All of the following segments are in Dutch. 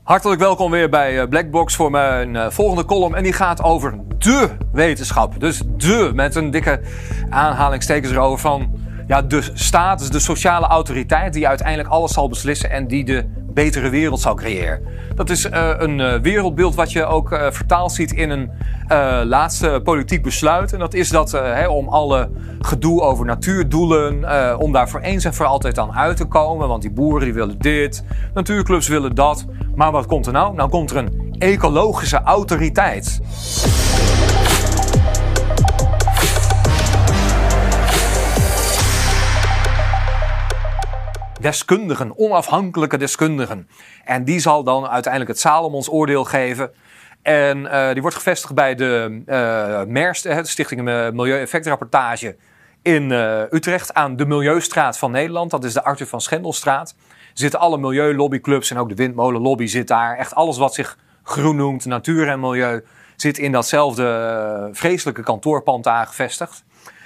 Hartelijk welkom weer bij Blackbox voor mijn volgende column. En die gaat over de wetenschap. Dus de, met een dikke aanhalingstekens erover van de staat, dus de sociale autoriteit die uiteindelijk alles zal beslissen en die de betere wereld zal creëren. Dat is een wereldbeeld wat je ook vertaald ziet in een laatste politiek besluit. En dat is dat om alle gedoe over natuurdoelen, om daar voor eens en voor altijd aan uit te komen. Want die boeren die willen dit, natuurclubs willen dat. Maar wat komt er nou? Nou komt er een ecologische autoriteit. Deskundigen, onafhankelijke deskundigen. En die zal dan uiteindelijk het Salomons oordeel geven. En die wordt gevestigd bij de MERS, de Stichting Milieueffectrapportage in Utrecht aan de Milieustraat van Nederland. Dat is de Arthur van Schendelstraat. Er zitten alle milieulobbyclubs en ook de windmolenlobby zit daar. Echt alles wat zich groen noemt, natuur en milieu, zit in datzelfde vreselijke kantoorpand daar gevestigd.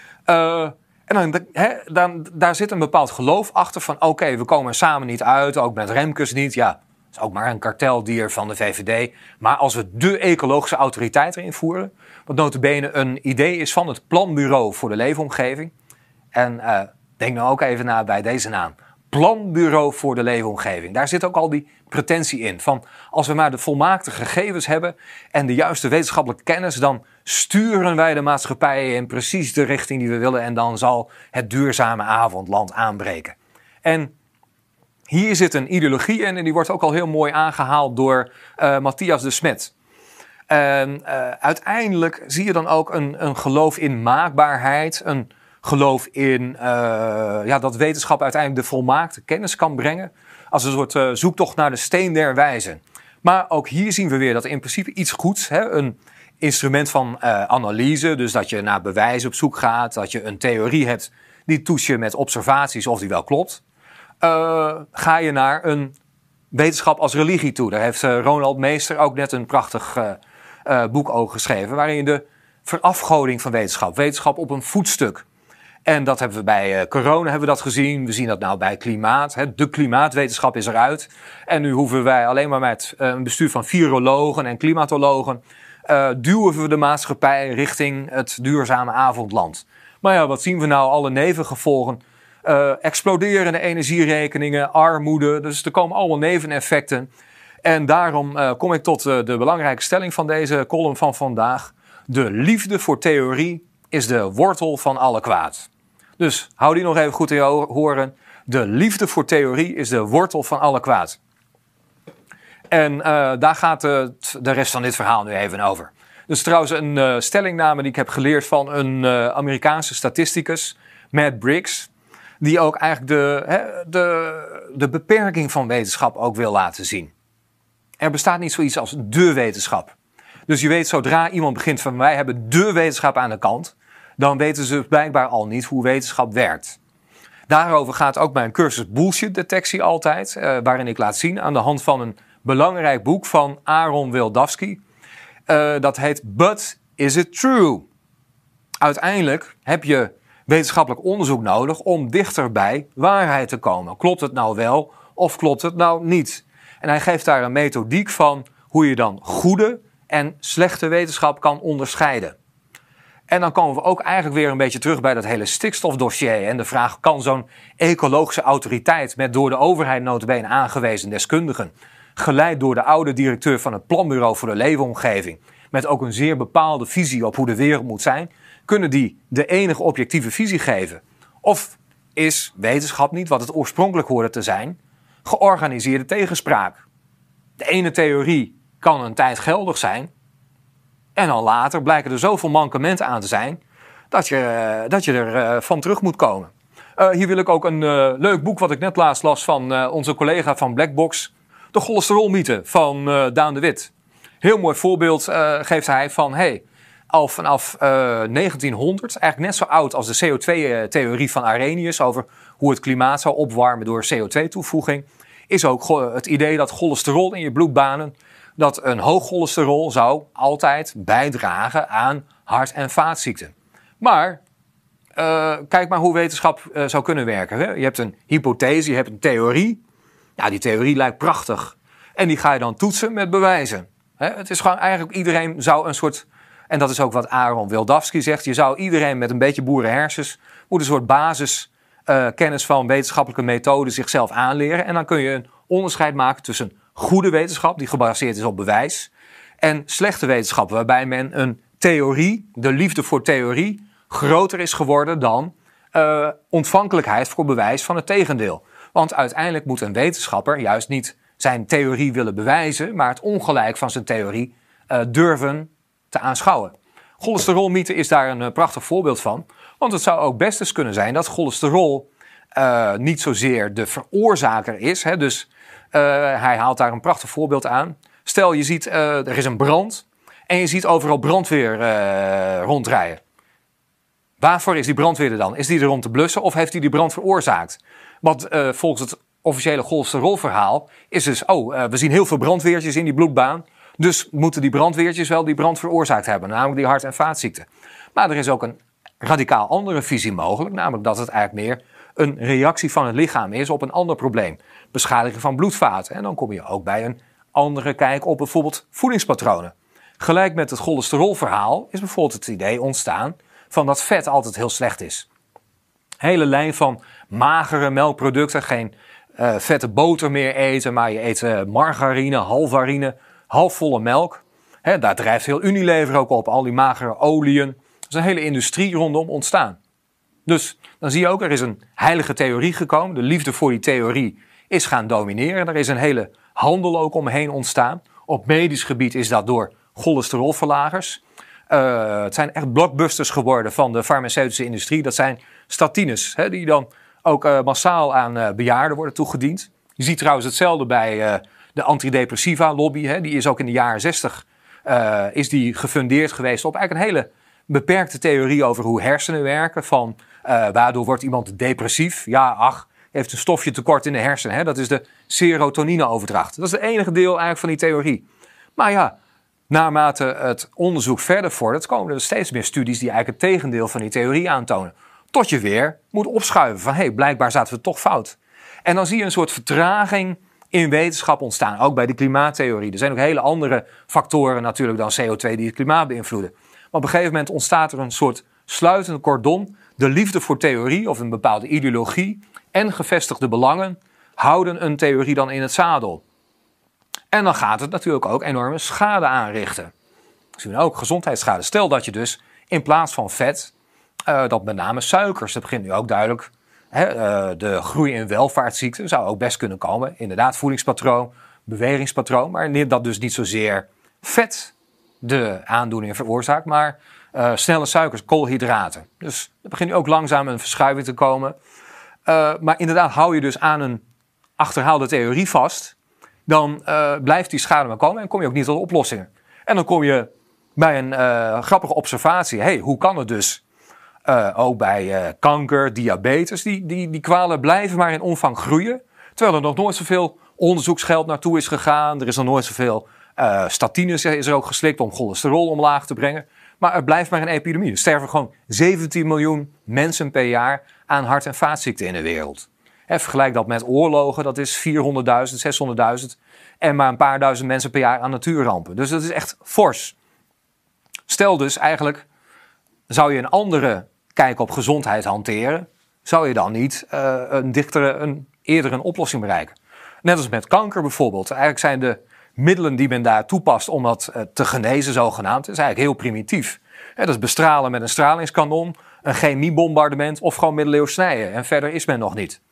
En dan, daar zit een bepaald geloof achter van oké, we komen er samen niet uit, ook met Remkes niet. Ja, dat is ook maar een karteldier van de VVD. Maar als we de ecologische autoriteit erin voeren, wat nota bene een idee is van het Planbureau voor de Leefomgeving. En denk nou ook even na bij deze naam. Planbureau voor de Leefomgeving. Daar zit ook al die pretentie in. Van als we maar de volmaakte gegevens hebben en de juiste wetenschappelijke kennis, dan sturen wij de maatschappij in precies de richting die we willen en dan zal het duurzame avondland aanbreken. En hier zit een ideologie in en die wordt ook al heel mooi aangehaald door Matthias de Smet. En uiteindelijk zie je dan ook een geloof in maakbaarheid, een geloof in dat wetenschap uiteindelijk de volmaakte kennis kan brengen als een soort zoektocht naar de steen der wijzen. Maar ook hier zien we weer dat in principe iets goeds, een instrument van analyse, dus dat je naar bewijzen op zoek gaat, dat je een theorie hebt, die toets je met observaties of die wel klopt. Ga je naar een wetenschap als religie toe. Daar heeft Ronald Meester ook net een prachtig boek over geschreven, waarin je de verafgoding van wetenschap op een voetstuk. En dat hebben we bij corona hebben we dat gezien. We zien dat nou bij klimaat. De klimaatwetenschap is eruit. En nu hoeven wij alleen maar met een bestuur van virologen en klimatologen duwen we de maatschappij richting het duurzame avondland. Maar ja, wat zien we nou? Alle nevengevolgen. Exploderende energierekeningen, armoede. Dus er komen allemaal neveneffecten. En daarom kom ik tot de belangrijke stelling van deze column van vandaag. De liefde voor theorie is de wortel van alle kwaad. Dus hou die nog even goed in je horen. De liefde voor theorie is de wortel van alle kwaad. En daar gaat de rest van dit verhaal nu even over. Dus trouwens een stellingname die ik heb geleerd van een Amerikaanse statisticus, Matt Briggs, die ook eigenlijk de beperking van wetenschap ook wil laten zien. Er bestaat niet zoiets als de wetenschap. Dus je weet, zodra iemand begint van wij hebben de wetenschap aan de kant, dan weten ze blijkbaar al niet hoe wetenschap werkt. Daarover gaat ook mijn cursus bullshit detectie altijd, waarin ik laat zien aan de hand van een belangrijk boek van Aaron Wildavsky. Dat heet But Is It True? Uiteindelijk heb je wetenschappelijk onderzoek nodig om dichter bij waarheid te komen. Klopt het nou wel of klopt het nou niet? En hij geeft daar een methodiek van hoe je dan goede en slechte wetenschap kan onderscheiden. En dan komen we ook eigenlijk weer een beetje terug bij dat hele stikstofdossier. En de vraag, kan zo'n ecologische autoriteit met door de overheid nota bene aangewezen deskundigen, geleid door de oude directeur van het Planbureau voor de Leefomgeving, met ook een zeer bepaalde visie op hoe de wereld moet zijn, kunnen die de enige objectieve visie geven? Of is wetenschap niet, wat het oorspronkelijk hoorde te zijn, georganiseerde tegenspraak? De ene theorie kan een tijd geldig zijn en dan later blijken er zoveel mankementen aan te zijn dat je er van terug moet komen. Hier wil ik ook een leuk boek wat ik net laatst las van onze collega van Blackbox, De cholesterolmythe van Daan de Wit. Heel mooi voorbeeld geeft hij van al vanaf 1900, eigenlijk net zo oud als de CO2-theorie van Arrhenius over hoe het klimaat zou opwarmen door CO2-toevoeging, is ook het idee dat cholesterol in je bloedbanen, dat een hoog cholesterol zou altijd bijdragen aan hart- en vaatziekten. Maar kijk maar hoe wetenschap zou kunnen werken. Hè? Je hebt een hypothese, je hebt een theorie. Ja, die theorie lijkt prachtig. En die ga je dan toetsen met bewijzen. Het is gewoon eigenlijk iedereen zou een soort... En dat is ook wat Aaron Wildavsky zegt. Je zou iedereen met een beetje boerenhersens moet een soort basiskennis van wetenschappelijke methoden zichzelf aanleren. En dan kun je een onderscheid maken tussen goede wetenschap, die gebaseerd is op bewijs, en slechte wetenschap, waarbij men een theorie, de liefde voor theorie, groter is geworden dan ontvankelijkheid voor bewijs van het tegendeel. Want uiteindelijk moet een wetenschapper juist niet zijn theorie willen bewijzen, maar het ongelijk van zijn theorie durven te aanschouwen. Cholesterolmythe is daar een prachtig voorbeeld van. Want het zou ook best eens kunnen zijn dat cholesterol niet zozeer de veroorzaker is. Hè? Dus hij haalt daar een prachtig voorbeeld aan. Stel je ziet, er is een brand en je ziet overal brandweer rondrijden. Waarvoor is die brandweer er dan? Is die er om te blussen of heeft hij die brand veroorzaakt? Want volgens het officiële cholesterolverhaal is dus, we zien heel veel brandweertjes in die bloedbaan. Dus moeten die brandweertjes wel die brand veroorzaakt hebben, namelijk die hart- en vaatziekten. Maar er is ook een radicaal andere visie mogelijk, namelijk dat het eigenlijk meer een reactie van het lichaam is op een ander probleem. Beschadiging van bloedvaten. En dan kom je ook bij een andere kijk op bijvoorbeeld voedingspatronen. Gelijk met het cholesterolverhaal is bijvoorbeeld het idee ontstaan van dat vet altijd heel slecht is. Hele lijn van magere melkproducten, geen vette boter meer eten, maar je eet margarine, halvarine, halfvolle melk. Daar drijft heel Unilever ook op, al die magere oliën. Er is een hele industrie rondom ontstaan. Dus dan zie je ook, er is een heilige theorie gekomen. De liefde voor die theorie is gaan domineren. Er is een hele handel ook omheen ontstaan. Op medisch gebied is dat door cholesterolverlagers. Het zijn echt blockbusters geworden van de farmaceutische industrie. Dat zijn statines, die dan ook massaal aan bejaarden worden toegediend. Je ziet trouwens hetzelfde bij de antidepressiva lobby. Die is ook in de jaren 60 is die gefundeerd geweest op eigenlijk een hele beperkte theorie over hoe hersenen werken. Van waardoor wordt iemand depressief? Heeft een stofje tekort in de hersenen. Dat is de serotonineoverdracht. Dat is het enige deel eigenlijk van die theorie. Maar ja, naarmate het onderzoek verder vordert, komen er steeds meer studies die eigenlijk het tegendeel van die theorie aantonen. Tot je weer moet opschuiven van blijkbaar zaten we toch fout. En dan zie je een soort vertraging in wetenschap ontstaan. Ook bij de klimaattheorie. Er zijn ook hele andere factoren natuurlijk dan CO2 die het klimaat beïnvloeden. Maar op een gegeven moment ontstaat er een soort sluitend cordon. De liefde voor theorie of een bepaalde ideologie en gevestigde belangen houden een theorie dan in het zadel. En dan gaat het natuurlijk ook enorme schade aanrichten. We zien ook gezondheidsschade. Stel dat je dus in plaats van vet, dat met name suikers, dat begint nu ook duidelijk, de groei in welvaartsziekten zou ook best kunnen komen. Inderdaad, voedingspatroon, bewegingspatroon, maar dat dus niet zozeer vet de aandoeningen veroorzaakt, maar snelle suikers, koolhydraten. Dus er begint nu ook langzaam een verschuiving te komen. Maar inderdaad, hou je dus aan een achterhaalde theorie vast, dan blijft die schade maar komen en kom je ook niet tot oplossingen. En dan kom je bij een grappige observatie. Hoe kan het dus? Ook bij kanker, diabetes, die kwalen blijven maar in omvang groeien. Terwijl er nog nooit zoveel onderzoeksgeld naartoe is gegaan. Er is nog nooit zoveel statines is er ook geslikt om cholesterol omlaag te brengen. Maar er blijft maar een epidemie. Er sterven gewoon 17 miljoen mensen per jaar aan hart- en vaatziekten in de wereld. Vergelijk dat met oorlogen, dat is 400.000, 600.000 en maar een paar duizend mensen per jaar aan natuurrampen. Dus dat is echt fors. Stel dus eigenlijk, zou je een andere kijk op gezondheid hanteren, zou je dan niet eerder een oplossing bereiken. Net als met kanker bijvoorbeeld. Eigenlijk zijn de middelen die men daar toepast om dat te genezen zogenaamd, is eigenlijk heel primitief. Dat is bestralen met een stralingskanon, een chemiebombardement of gewoon middeleeuws snijden. En verder is men nog niet.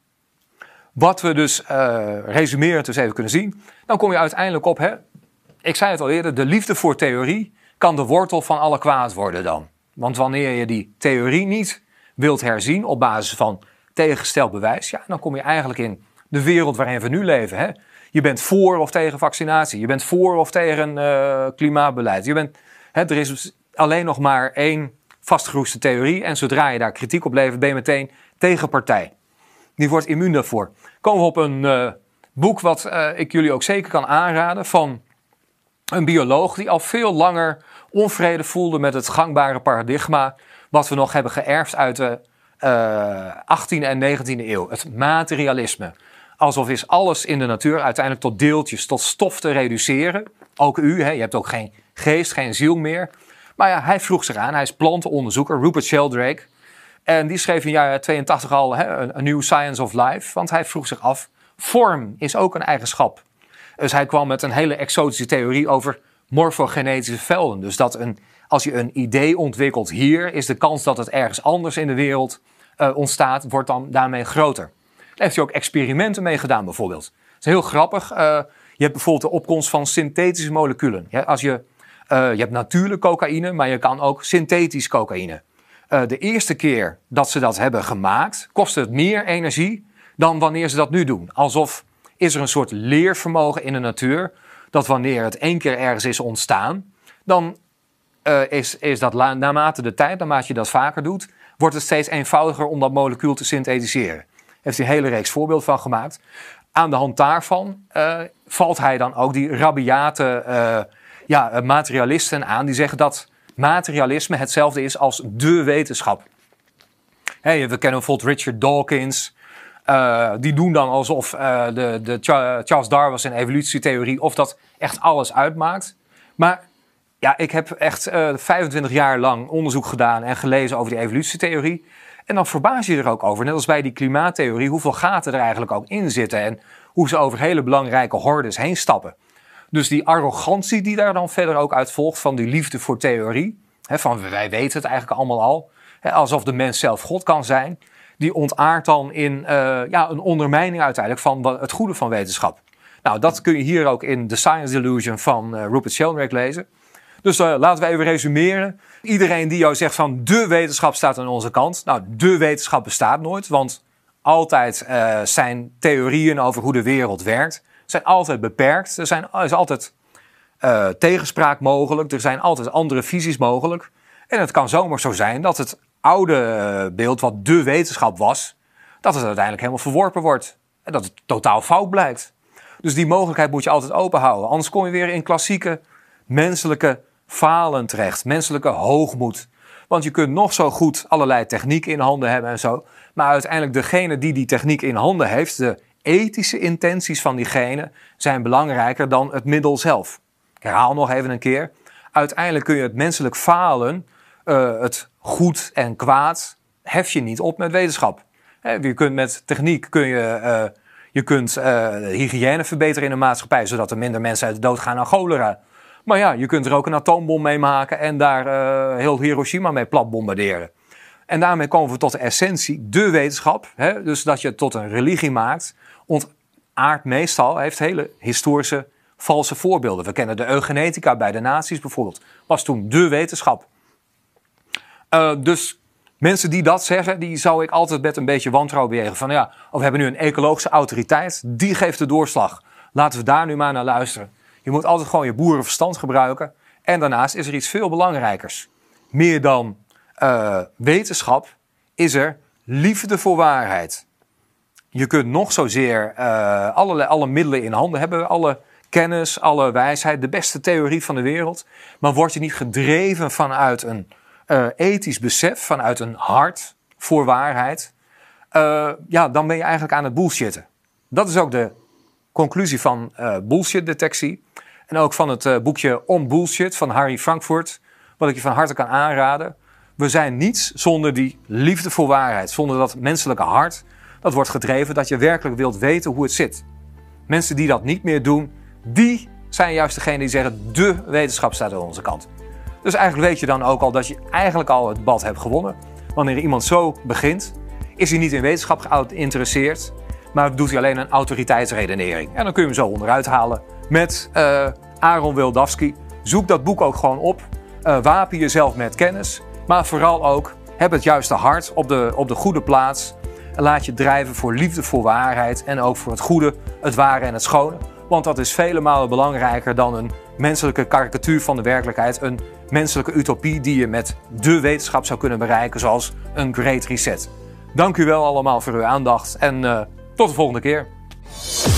Wat we dus resumerend dus even kunnen zien, dan kom je uiteindelijk op, ik zei het al eerder, de liefde voor theorie kan de wortel van alle kwaad worden dan. Want wanneer je die theorie niet wilt herzien op basis van tegengesteld bewijs, dan kom je eigenlijk in de wereld waarin we nu leven. Je bent voor of tegen vaccinatie, je bent voor of tegen klimaatbeleid. Er is alleen nog maar één vastgeroeste theorie en zodra je daar kritiek op levert, ben je meteen tegenpartij. Die wordt immuun daarvoor. Komen we op een boek wat ik jullie ook zeker kan aanraden van een bioloog die al veel langer onvrede voelde met het gangbare paradigma wat we nog hebben geërfd uit de 18e en 19e eeuw. Het materialisme. Alsof is alles in de natuur uiteindelijk tot deeltjes, tot stof te reduceren. Ook u, hè, je hebt ook geen geest, geen ziel meer. Maar ja, hij vroeg zich aan, hij is plantenonderzoeker, Rupert Sheldrake. En die schreef in jaren 82 al A New Science of Life. Want hij vroeg zich af, vorm is ook een eigenschap. Dus hij kwam met een hele exotische theorie over morfogenetische velden. Dus dat als je een idee ontwikkelt hier, is de kans dat het ergens anders in de wereld ontstaat, wordt dan daarmee groter. Daar heeft hij ook experimenten mee gedaan bijvoorbeeld. Het is heel grappig. Je hebt bijvoorbeeld de opkomst van synthetische moleculen. Ja, je hebt natuurlijk cocaïne, maar je kan ook synthetisch cocaïne. De eerste keer dat ze dat hebben gemaakt, kostte het meer energie dan wanneer ze dat nu doen. Alsof is er een soort leervermogen in de natuur, dat wanneer het 1 keer ergens is ontstaan, dan is dat naarmate de tijd, naarmate je dat vaker doet, wordt het steeds eenvoudiger om dat molecuul te synthetiseren. Daar heeft hij een hele reeks voorbeelden van gemaakt. Aan de hand daarvan valt hij dan ook die rabiate materialisten aan, die zeggen dat materialisme hetzelfde is als de wetenschap. We kennen bijvoorbeeld Richard Dawkins. Die doen dan alsof de Charles Darwin's evolutietheorie of dat echt alles uitmaakt. Maar ja, ik heb echt 25 jaar lang onderzoek gedaan en gelezen over die evolutietheorie. En dan verbaas je er ook over, net als bij die klimaattheorie, hoeveel gaten er eigenlijk ook in zitten. En hoe ze over hele belangrijke hordes heen stappen. Dus die arrogantie die daar dan verder ook uit volgt van die liefde voor theorie. Van wij weten het eigenlijk allemaal al. Alsof de mens zelf God kan zijn. Die ontaart dan in een ondermijning uiteindelijk van het goede van wetenschap. Nou, dat kun je hier ook in The Science Delusion van Rupert Sheldrake lezen. Dus laten we even resumeren. Iedereen die jou zegt van de wetenschap staat aan onze kant. Nou, de wetenschap bestaat nooit. Want altijd zijn theorieën over hoe de wereld werkt. Zijn altijd beperkt. Er is altijd tegenspraak mogelijk. Er zijn altijd andere visies mogelijk. En het kan zomaar zo zijn dat het oude beeld wat de wetenschap was, dat het uiteindelijk helemaal verworpen wordt. En dat het totaal fout blijkt. Dus die mogelijkheid moet je altijd open houden. Anders kom je weer in klassieke menselijke falen terecht. Menselijke hoogmoed. Want je kunt nog zo goed allerlei techniek in handen hebben en zo. Maar uiteindelijk degene die die techniek in handen heeft, de ethische intenties van diegene, zijn belangrijker dan het middel zelf. Ik herhaal nog even een keer. Uiteindelijk kun je het menselijk falen, het goed en kwaad, hef je niet op met wetenschap. Je kunt met techniek hygiëne verbeteren in een maatschappij, zodat er minder mensen uit de dood gaan aan cholera. Maar ja, je kunt er ook een atoombom mee maken en daar heel Hiroshima mee plat bombarderen. En daarmee komen we tot de essentie, de wetenschap. Dus dat je het tot een religie maakt, ontaart meestal, heeft hele historische valse voorbeelden. We kennen de eugenetica bij de nazi's bijvoorbeeld. Was toen de wetenschap. Dus mensen die dat zeggen, die zou ik altijd met een beetje wantrouwen bejegen. Van ja, we hebben nu een ecologische autoriteit, die geeft de doorslag. Laten we daar nu maar naar luisteren. Je moet altijd gewoon je boerenverstand gebruiken. En daarnaast is er iets veel belangrijkers. Meer dan wetenschap is er liefde voor waarheid. Je kunt nog zozeer alle middelen in handen hebben, alle kennis, alle wijsheid, de beste theorie van de wereld. Maar word je niet gedreven vanuit een ethisch besef, vanuit een hart voor waarheid, dan ben je eigenlijk aan het bullshitten. Dat is ook de conclusie van bullshit-detectie. En ook van het boekje On Bullshit van Harry Frankfurt, wat ik je van harte kan aanraden. We zijn niets zonder die liefde voor waarheid, zonder dat menselijke hart dat wordt gedreven dat je werkelijk wilt weten hoe het zit. Mensen die dat niet meer doen, die zijn juist degene die zeggen de wetenschap staat aan onze kant. Dus eigenlijk weet je dan ook al dat je eigenlijk al het bad hebt gewonnen. Wanneer iemand zo begint, is hij niet in wetenschap geïnteresseerd, maar doet hij alleen een autoriteitsredenering. En dan kun je hem zo onderuit halen met Aaron Wildavsky. Zoek dat boek ook gewoon op. Wapen jezelf met kennis. Maar vooral ook, heb het juiste hart op de goede plaats. En laat je drijven voor liefde voor waarheid. En ook voor het goede, het ware en het schone. Want dat is vele malen belangrijker dan een menselijke karikatuur van de werkelijkheid. Een menselijke utopie die je met de wetenschap zou kunnen bereiken. Zoals een Great Reset. Dank u wel allemaal voor uw aandacht. En tot de volgende keer.